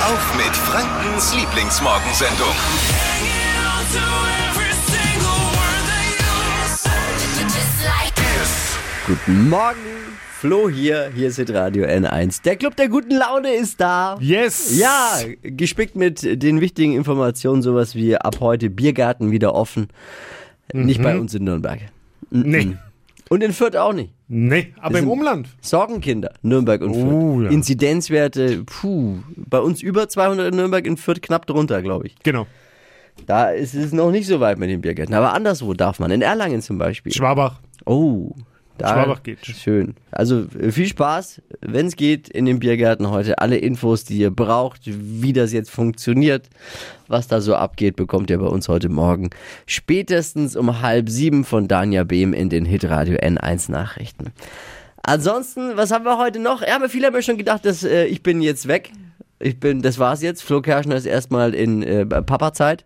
auf mit Frankens Lieblingsmorgensendung. Guten Morgen, Flo hier ist Hitradio N1. Der Club der guten Laune ist da. Yes! Ja, gespickt mit den wichtigen Informationen, sowas wie ab heute Biergarten wieder offen. Nicht bei uns in Nürnberg. Nee. Und in Fürth auch nicht. Nee, aber im Umland. Sorgenkinder, Nürnberg und Fürth. Oh, ja. Inzidenzwerte, bei uns über 200 in Nürnberg, in Fürth knapp drunter, glaube ich. Genau. Da ist es noch nicht so weit mit den Biergärten. Aber anderswo darf man, in Erlangen zum Beispiel. Schwabach. Oh, da Schwabach geht. Schön. Also viel Spaß, wenn es geht, in den Biergärten heute. Alle Infos, die ihr braucht, wie das jetzt funktioniert, was da so abgeht, bekommt ihr bei uns heute Morgen. Spätestens um 6:30 von Danja Behm in den Hitradio N1 Nachrichten. Ansonsten, was haben wir heute noch? Ja, aber viele haben ja schon gedacht, dass ich bin jetzt weg. Das war's jetzt. Flo Kerschner ist erstmal in Papa-Zeit,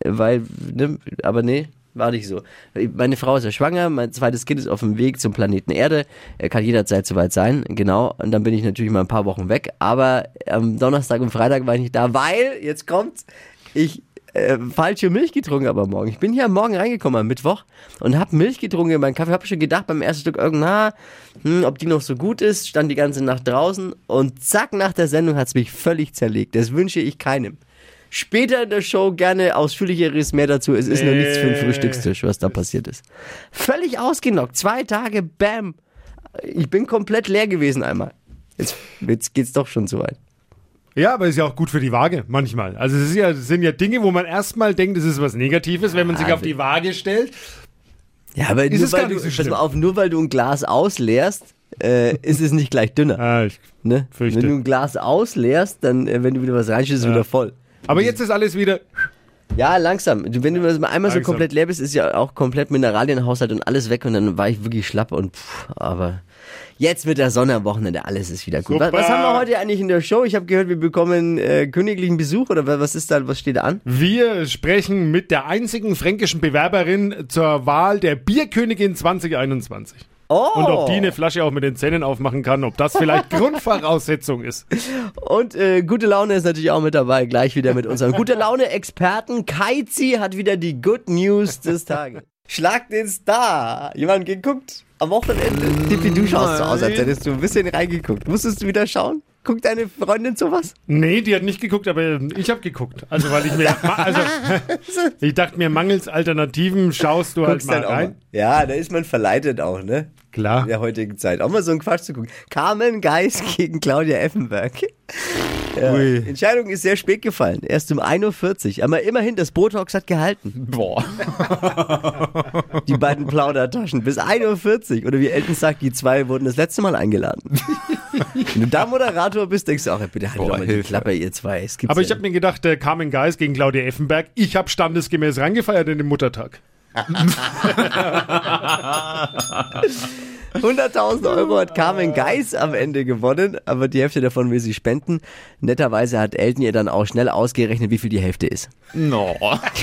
aber nee. War nicht so. Meine Frau ist ja schwanger, mein zweites Kind ist auf dem Weg zum Planeten Erde. Er kann jederzeit soweit sein, genau. Und dann bin ich natürlich mal ein paar Wochen weg. Aber am Donnerstag und Freitag war ich nicht da, weil, jetzt kommt's, ich falsche Milch getrunken habe am Morgen. Ich bin hier am Morgen reingekommen am Mittwoch und habe Milch getrunken in meinen Kaffee. Habe schon gedacht beim ersten Stück ob die noch so gut ist. Stand die ganze Nacht draußen und zack, nach der Sendung hat's mich völlig zerlegt. Das wünsche ich keinem. Später in der Show gerne ausführlicheres mehr dazu. Es ist noch nichts für den Frühstückstisch, was da passiert ist. Völlig ausgenockt. 2 Tage, bam. Ich bin komplett leer gewesen einmal. Jetzt geht's doch schon so weit. Ja, aber ist ja auch gut für die Waage manchmal. Also es sind ja Dinge, wo man erstmal denkt, es ist was Negatives, wenn man sich auf die Waage stellt. Ja, aber nur weil du ein Glas ausleerst, ist es nicht gleich dünner. Ich ne? fürchte. Wenn du ein Glas ausleerst, dann, wenn du wieder was reinschüttest, ist es wieder voll. Aber jetzt ist alles wieder... Ja, langsam. Wenn du einmal so komplett leer bist, ist ja auch komplett Mineralienhaushalt und alles weg und dann war ich wirklich schlapp aber jetzt mit der Sonne am Wochenende, alles ist wieder gut. Was haben wir heute eigentlich in der Show? Ich habe gehört, wir bekommen königlichen Besuch oder was steht da an? Wir sprechen mit der einzigen fränkischen Bewerberin zur Wahl der Bierkönigin 2021. Oh. Und ob die eine Flasche auch mit den Zähnen aufmachen kann, ob das vielleicht Grundvoraussetzung ist. Und gute Laune ist natürlich auch mit dabei, gleich wieder mit unserem Gute-Laune-Experten. Kaizi hat wieder die Good News des Tages. Schlag den Star. Jemand geguckt am Wochenende? Tippi, du schaust so aus, als hättest du ein bisschen reingeguckt. Musstest du wieder schauen? Guckt deine Freundin sowas? Nee, die hat nicht geguckt, aber ich habe geguckt. Also, weil ich mir, ich dachte mir, mangels Alternativen schaust du halt mal rein. Ja, da ist man verleitet auch, ne? Klar. In der heutigen Zeit. Auch mal so einen Quatsch zu gucken. Carmen Geis gegen Claudia Effenberg. Ja. Entscheidung ist sehr spät gefallen. Erst um 1:40 Uhr. Aber immerhin, das Botox hat gehalten. Boah. Die beiden Plaudertaschen. Bis 1:40 Uhr. Oder wie Elton sagt, die zwei wurden das letzte Mal eingeladen. Wenn du da Moderator bist, denkst du auch, bitte halt doch mal die Klappe, ihr zwei. Aber ich habe mir gedacht, Carmen Geis gegen Claudia Effenberg, ich habe standesgemäß reingefeiert in den Muttertag. 100.000 Euro hat Carmen Geis am Ende gewonnen, aber die Hälfte davon will sie spenden. Netterweise hat Elton ihr dann auch schnell ausgerechnet, wie viel die Hälfte ist. No.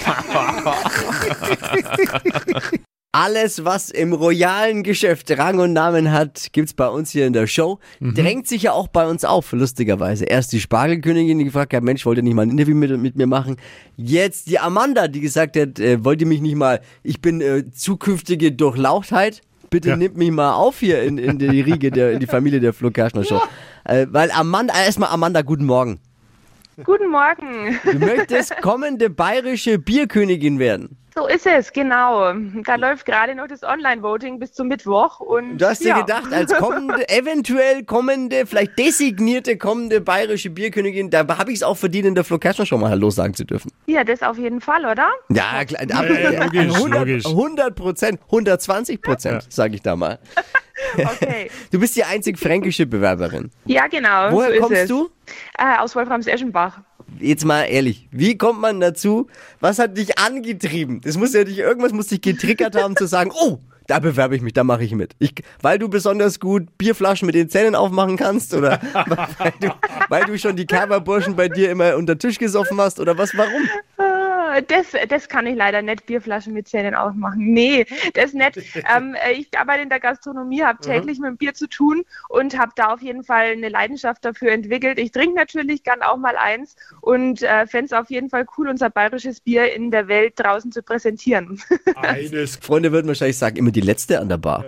Alles, was im royalen Geschäft Rang und Namen hat, gibt's bei uns hier in der Show. Drängt sich ja auch bei uns auf, lustigerweise. Erst die Spargelkönigin, die gefragt hat, Mensch, wollt ihr nicht mal ein Interview mit mir machen? Jetzt die Amanda, die gesagt hat, wollt ihr mich nicht mal, ich bin zukünftige Durchlauchtheit. Bitte nehmt mich mal auf hier in die Riege, in die Familie der Flo Kerschner Show. Weil erstmal Amanda, guten Morgen. Guten Morgen. Du möchtest kommende bayerische Bierkönigin werden. So ist es, genau. Da läuft gerade noch das Online-Voting bis zum Mittwoch. Und du hast dir gedacht, als eventuell kommende, vielleicht designierte kommende bayerische Bierkönigin, da habe ich es auch verdient, in der Flo Kerschner schon mal Hallo sagen zu dürfen. Ja, das auf jeden Fall, oder? Ja, klar. Logisch. 100%, 120%, sage ich da mal. Okay. Du bist die einzig fränkische Bewerberin. Ja, genau. Woher so kommst du? Aus Wolframs-Eschenbach. Jetzt mal ehrlich, wie kommt man dazu? Was hat dich angetrieben? Irgendwas muss dich getriggert haben zu sagen, oh, da bewerbe ich mich, da mache ich mit. Weil du besonders gut Bierflaschen mit den Zähnen aufmachen kannst oder weil du schon die Kerberburschen bei dir immer unter Tisch gesoffen hast oder was, warum? Das kann ich leider nicht, Bierflaschen mit Zähnen aufmachen. Nee, das nicht. Ich arbeite in der Gastronomie, habe täglich mit dem Bier zu tun und habe da auf jeden Fall eine Leidenschaft dafür entwickelt. Ich trinke natürlich gern auch mal eins und fände es auf jeden Fall cool, unser bayerisches Bier in der Welt draußen zu präsentieren. Freunde würden wahrscheinlich sagen, immer die Letzte an der Bar.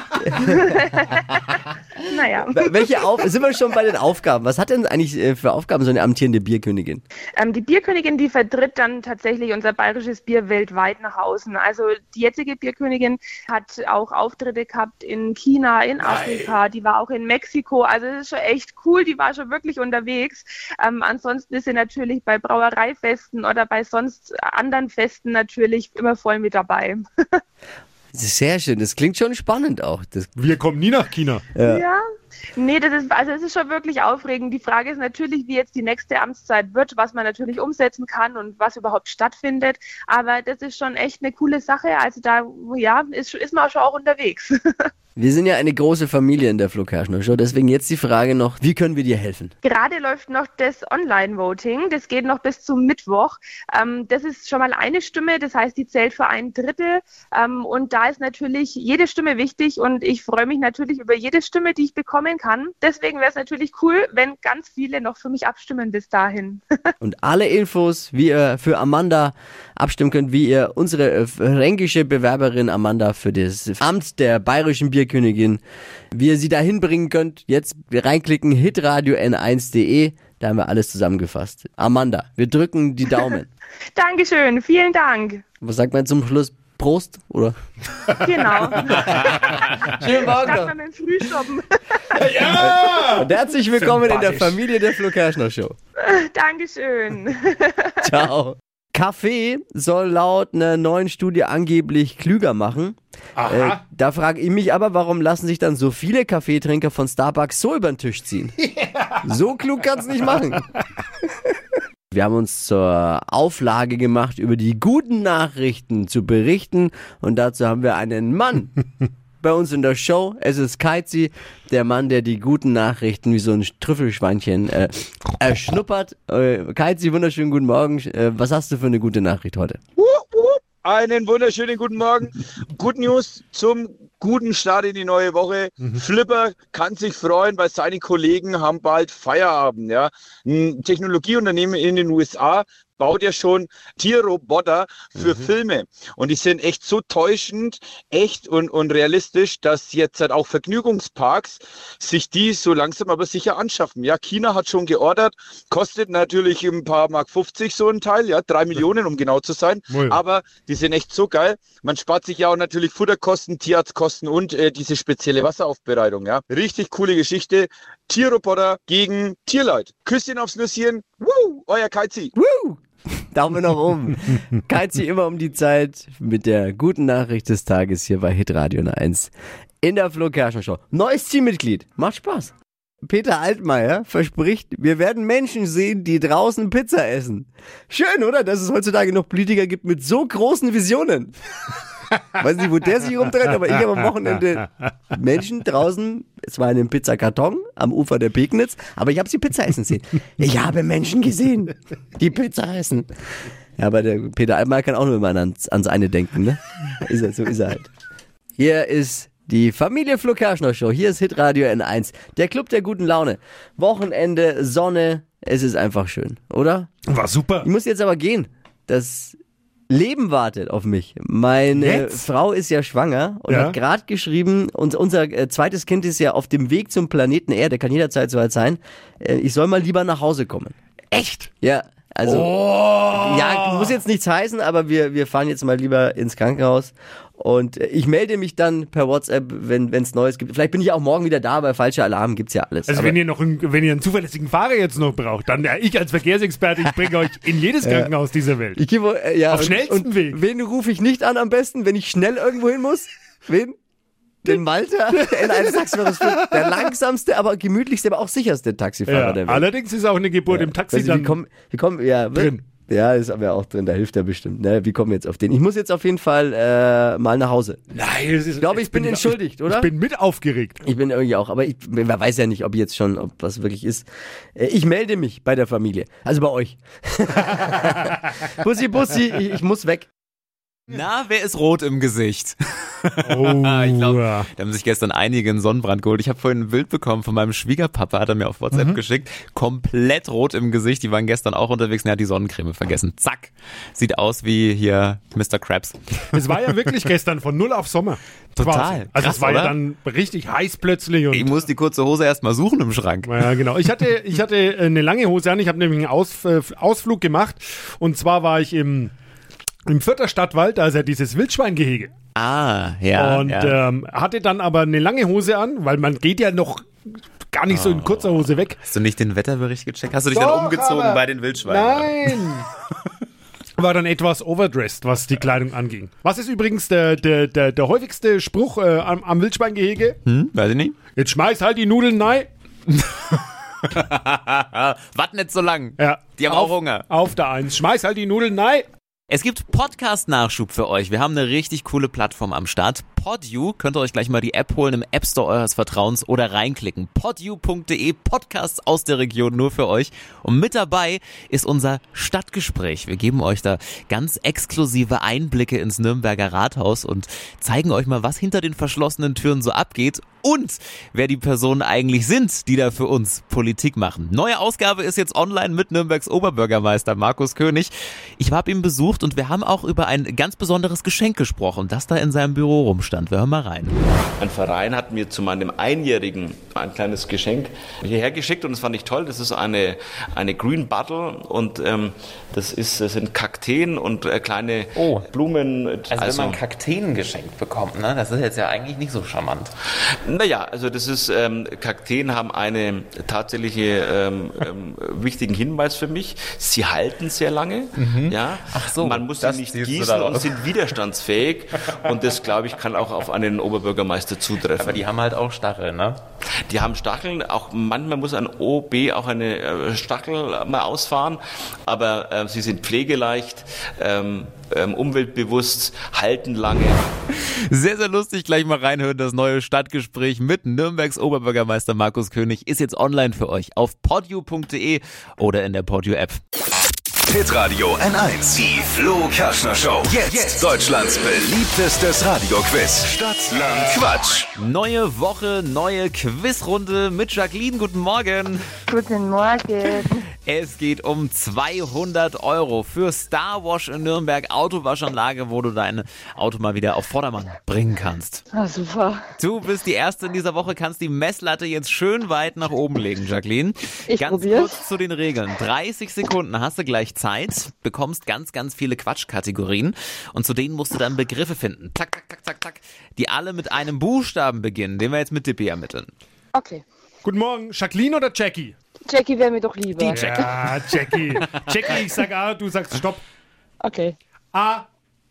Naja. Sind wir schon bei den Aufgaben? Was hat denn eigentlich für Aufgaben so eine amtierende Bierkönigin? Die Bierkönigin, die vertritt dann tatsächlich unser bayerisches Bier weltweit nach außen. Also die jetzige Bierkönigin hat auch Auftritte gehabt in China, in Afrika, die war auch in Mexiko. Also das ist schon echt cool, die war schon wirklich unterwegs. Ansonsten ist sie natürlich bei Brauereifesten oder bei sonst anderen Festen natürlich immer voll mit dabei. Das ist sehr schön, das klingt schon spannend auch. Wir kommen nie nach China. Ja. Nee, es ist schon wirklich aufregend. Die Frage ist natürlich, wie jetzt die nächste Amtszeit wird, was man natürlich umsetzen kann und was überhaupt stattfindet. Aber das ist schon echt eine coole Sache. Also da, ist man schon auch unterwegs. Wir sind ja eine große Familie in der Flo Kerschner Show, deswegen jetzt die Frage noch, wie können wir dir helfen? Gerade läuft noch das Online-Voting, das geht noch bis zum Mittwoch. Das ist schon mal eine Stimme, das heißt, die zählt für 1/3 und da ist natürlich jede Stimme wichtig und ich freue mich natürlich über jede Stimme, die ich bekommen kann. Deswegen wäre es natürlich cool, wenn ganz viele noch für mich abstimmen bis dahin. Und alle Infos, wie ihr für Amanda abstimmen könnt, wie ihr unsere fränkische Bewerberin Amanda für das Amt der bayerischen Bierkönigin, wie ihr sie dahin bringen könnt, jetzt reinklicken, hitradio n1.de, da haben wir alles zusammengefasst. Amanda, wir drücken die Daumen. Dankeschön, vielen Dank. Was sagt man zum Schluss? Prost, oder? Genau. Schönen Morgen Darf noch. man mit dem Frühschoppen. Ja! Und herzlich willkommen in der Familie der Flo Kerschner Show. Dankeschön. Ciao. Kaffee soll laut einer neuen Studie angeblich klüger machen. Da frage ich mich aber, warum lassen sich dann so viele Kaffeetrinker von Starbucks so über den Tisch ziehen? So klug kann's nicht machen. Wir haben uns zur Auflage gemacht, über die guten Nachrichten zu berichten. Und dazu haben wir einen Mann bei uns in der Show. Es ist Keizi, der Mann, der die guten Nachrichten wie so ein Trüffelschweinchen schnuppert. Keizi, wunderschönen guten Morgen. Was hast du für eine gute Nachricht heute? Einen wunderschönen guten Morgen. Good News zum guten Start in die neue Woche. Flipper kann sich freuen, weil seine Kollegen haben bald Feierabend. Ja. Ein Technologieunternehmen in den USA baut ja schon Tierroboter für Filme. Und die sind echt so täuschend, echt und realistisch, dass jetzt halt auch Vergnügungsparks sich die so langsam aber sicher anschaffen. Ja, China hat schon geordert, kostet natürlich ein paar Mark 50 so ein Teil, ja, 3 Millionen, um genau zu sein. Aber die sind echt so geil. Man spart sich ja auch natürlich Futterkosten, Tierarztkosten und diese spezielle Wasseraufbereitung. Ja, richtig coole Geschichte. Tierroboter gegen Tierleid. Küsschen aufs Nüsschen. Woo, euer Keizi. Woo! Daumen nach oben. Keizi immer um die Zeit mit der guten Nachricht des Tages hier bei Hitradio 1 in der Flo Kerschner Show. Neues Teammitglied. Macht Spaß. Peter Altmaier verspricht, wir werden Menschen sehen, die draußen Pizza essen. Schön, oder? Dass es heutzutage noch Politiker gibt mit so großen Visionen. Weiß nicht, wo der sich rumdreht, aber ich habe am Wochenende Menschen draußen, es war in einem Pizzakarton am Ufer der Pegnitz, aber ich habe sie Pizza essen sehen. Ich habe Menschen gesehen, die Pizza essen. Ja, aber der Peter Altmaier kann auch nur immer ans eine denken, ne? So ist er halt. Hier ist die Familie Flo Kerschner Show. Hier ist Hitradio N1, der Club der guten Laune. Wochenende, Sonne, es ist einfach schön, oder? War super. Ich muss jetzt aber gehen. Das Leben wartet auf mich. Meine Frau ist ja schwanger und hat gerade geschrieben, unser zweites Kind ist ja auf dem Weg zum Planeten Erde, kann jederzeit soweit sein. Ich soll mal lieber nach Hause kommen. Echt? Ja, also ja, muss jetzt nichts heißen, aber wir fahren jetzt mal lieber ins Krankenhaus und ich melde mich dann per WhatsApp, wenn es Neues gibt. Vielleicht bin ich auch morgen wieder da, weil falscher Alarm gibt's ja alles. Also wenn ihr einen zuverlässigen Fahrer jetzt noch braucht, dann ich als Verkehrsexperte, ich bringe euch in jedes Krankenhaus dieser Welt. Ich gebe auf schnellstem Weg. Wen rufe ich nicht an am besten, wenn ich schnell irgendwo hin muss? Wen? Den Walter, N1 Taxifahrer, der langsamste, aber gemütlichste, aber auch sicherste Taxifahrer der Welt. Allerdings ist auch eine Geburt im Taxi dann wir kommen, ja, drin. Ja, ist aber auch drin, da hilft er bestimmt. Ne? Wie kommen wir jetzt auf den? Ich muss jetzt auf jeden Fall mal nach Hause. Nein, Ich glaube, ich bin entschuldigt, oder? Ich bin mit aufgeregt. Ich bin irgendwie auch, aber man weiß ja nicht, ob was wirklich ist. Ich melde mich bei der Familie, also bei euch. Bussi, ich muss weg. Na, wer ist rot im Gesicht? Oh, Ich glaube, da haben sich gestern einige einen Sonnenbrand geholt. Ich habe vorhin ein Bild bekommen von meinem Schwiegerpapa, hat er mir auf WhatsApp geschickt. Komplett rot im Gesicht. Die waren gestern auch unterwegs und er hat die Sonnencreme vergessen. Zack. Sieht aus wie hier Mr. Krabs. Es war ja wirklich gestern von 0 auf Sommer. Total. Quasi. Also Krass, es war ja oder? dann richtig heiß plötzlich. Und Ich muss die kurze Hose erstmal suchen im Schrank. ja, genau. Ich hatte eine lange Hose an. Ich habe nämlich einen Ausflug gemacht. Und zwar war ich im Fürther Stadtwald, da ist ja dieses Wildschweingehege. Ah, ja. Und ja. hatte dann aber eine lange Hose an, weil man geht ja noch gar nicht so in kurzer Hose weg. Hast du nicht den Wetterbericht gecheckt? Hast du dich Doch, dann umgezogen aber- bei den Wildschweinen? Nein! War dann etwas overdressed, was die Kleidung anging. Was ist übrigens der häufigste Spruch am Wildschweingehege? Weiß ich nicht. Jetzt schmeiß halt die Nudeln rein. Wart nicht so lang. Ja. Die haben auch Hunger. Auf der Eins. Schmeiß halt die Nudeln rein. Es gibt Podcast-Nachschub für euch. Wir haben eine richtig coole Plattform am Start. Podyou, könnt ihr euch gleich mal die App holen im App Store eures Vertrauens oder reinklicken. podyou.de, Podcasts aus der Region nur für euch. Und mit dabei ist unser Stadtgespräch. Wir geben euch da ganz exklusive Einblicke ins Nürnberger Rathaus und zeigen euch mal, was hinter den verschlossenen Türen so abgeht und wer die Personen eigentlich sind, die da für uns Politik machen. Neue Ausgabe ist jetzt online mit Nürnbergs Oberbürgermeister Markus König. Ich habe ihn besucht und wir haben auch über ein ganz besonderes Geschenk gesprochen, das da in seinem Büro rumstand. Wir hören mal rein. Ein Verein hat mir zu meinem Einjährigen ein kleines Geschenk hierher geschickt und das fand ich toll. Das ist eine Green Bottle und das sind Kakteen und kleine Blumen. Also wenn man Kakteen geschenkt bekommt, ne? Das ist jetzt ja eigentlich nicht so charmant. Naja, also das ist, Kakteen haben eine tatsächliche wichtigen Hinweis für mich. Sie halten sehr lange. Ja? Ach so, Man muss sie das nicht ziehst du gießen daraus. und sind widerstandsfähig. Und das, glaube ich, kann auch auf einen Oberbürgermeister zutreffen. Aber die haben halt auch Stacheln, ne? Die haben Stacheln, auch manchmal muss ein OB auch eine Stachel mal ausfahren, aber sie sind pflegeleicht, umweltbewusst, halten lange. Sehr, sehr lustig. Gleich mal reinhören. Das neue Stadtgespräch mit Nürnbergs Oberbürgermeister Markus König ist jetzt online für euch auf podyou.de oder in der Podyou-App. Hitradio N1. Die Flo Kerschner Show. Jetzt Deutschlands beliebtestes Radioquiz. Stadt, Land, Quatsch. Neue Woche, neue Quizrunde mit Jacqueline. Guten Morgen. Guten Morgen. Es geht um 200 € für Star Wash in Nürnberg. Autowaschanlage, wo du dein Auto mal wieder auf Vordermann bringen kannst. Ah, super. Du bist die Erste in dieser Woche, kannst die Messlatte jetzt schön weit nach oben legen, Jacqueline. Ich Ganz probier's. kurz zu den Regeln. 30 Sekunden hast du gleich Zeit, bekommst ganz, ganz viele Quatschkategorien und zu denen musst du dann Begriffe finden. Zack, zack, zack, zack, zack. Die alle mit einem Buchstaben beginnen, den wir jetzt mit Dippi ermitteln. Okay. Guten Morgen. Jacqueline oder Jackie? Jackie wäre mir doch lieber. Ja, Jackie. Jackie, ich sag A, du sagst Stopp. Okay. A,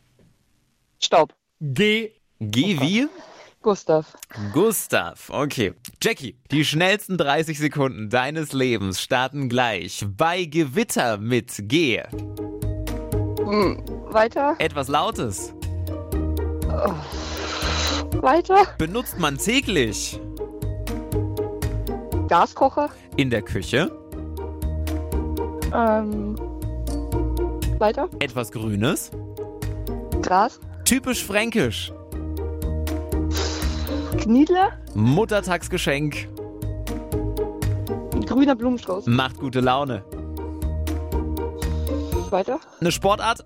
Stopp. G. G wie? Gustav. Gustav. Okay. Jackie, die schnellsten 30 Sekunden deines Lebens starten gleich bei Gewitter mit G. Weiter. Etwas Lautes. Weiter. Benutzt man täglich. Gaskocher. In der Küche. Weiter. Etwas Grünes. Gras. Typisch fränkisch. Kniedler. Muttertagsgeschenk. Grüner Blumenstrauß. Macht gute Laune. Weiter. Eine Sportart.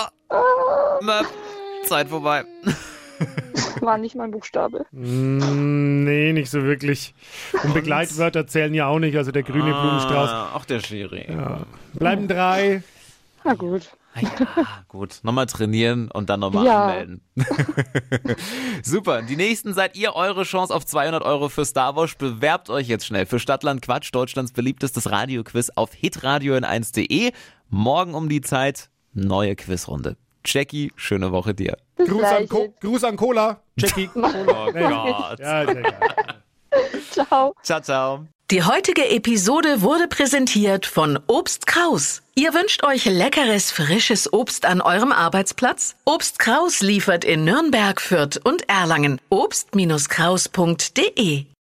Zeit vorbei. War nicht mein Buchstabe. Nee, nicht so wirklich. Und Begleitwörter zählen ja auch nicht, also der grüne Blumenstrauß. Auch der Schiri. Bleiben 3. Na gut. Ja, gut. Nochmal trainieren und dann nochmal Ja. anmelden. Super. Die nächsten seid ihr. Eure Chance auf 200 € für Star Wars. Bewerbt euch jetzt schnell für Stadtland Quatsch, Deutschlands beliebtestes Radioquiz auf hitradio in1.de. Morgen um die Zeit neue Quizrunde. Jackie, schöne Woche dir. Das Gruß an Cola. Jackie. Oh Gott. Ja, sehr geil. Ciao. Ciao, ciao. Die heutige Episode wurde präsentiert von Obst Kraus. Ihr wünscht euch leckeres, frisches Obst an eurem Arbeitsplatz? Obst Kraus liefert in Nürnberg, Fürth und Erlangen. Obst-Kraus.de